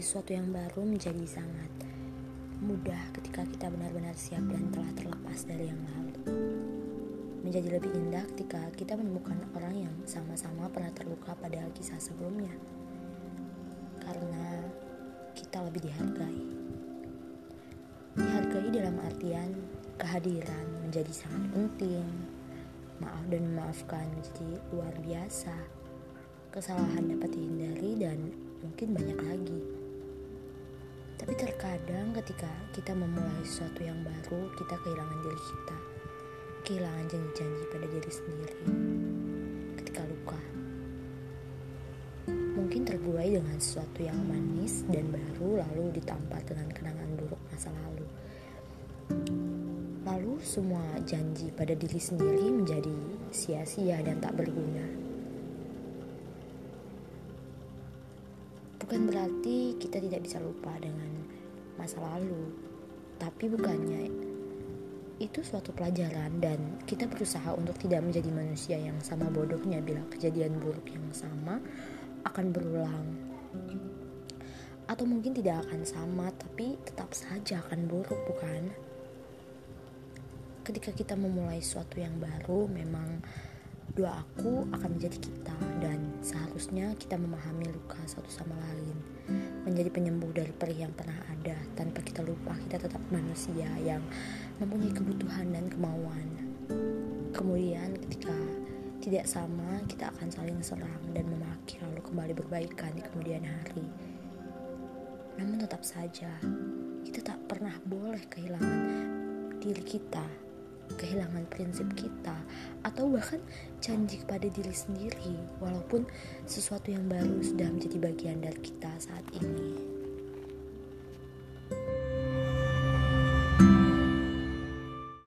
sesuatu yang baru menjadi sangat mudah ketika kita benar-benar siap dan telah terlepas dari yang lalu. Menjadi lebih indah ketika kita menemukan orang yang sama-sama pernah terluka pada kisah sebelumnya. Karena kita lebih dihargai. Dihargai dalam artian kehadiran menjadi sangat penting. Maaf dan memaafkan menjadi luar biasa. Kesalahan dapat dihindari dan mungkin banyak lagi. Tapi terkadang ketika kita memulai sesuatu yang baru, kita kehilangan diri kita. Kehilangan janji-janji pada diri sendiri. Ketika luka, mungkin terbuai dengan sesuatu yang manis dan baru, lalu ditampar dengan kenangan buruk masa lalu. Lalu semua janji pada diri sendiri menjadi sia-sia dan tak berguna. Bukan berarti kita tidak bisa lupa dengan masa lalu, tapi bukannya itu suatu pelajaran dan kita berusaha untuk tidak menjadi manusia yang sama bodohnya bila kejadian buruk yang sama akan berulang. Atau mungkin tidak akan sama, tapi tetap saja akan buruk, bukan? Ketika kita memulai sesuatu yang baru, memang doaku akan menjadi kita, dan seharusnya kita memahami luka satu sama lain, menjadi penyembuh dari perih yang pernah ada. Tanpa kita lupa, kita tetap manusia yang mempunyai kebutuhan dan kemauan. Kemudian ketika tidak sama, kita akan saling serang dan memaki, lalu kembali berbaikan di kemudian hari. Namun tetap saja, kita tak pernah boleh kehilangan diri kita, kehilangan prinsip kita, atau bahkan janji kepada diri sendiri, walaupun sesuatu yang baru sudah menjadi bagian dari kita saat ini.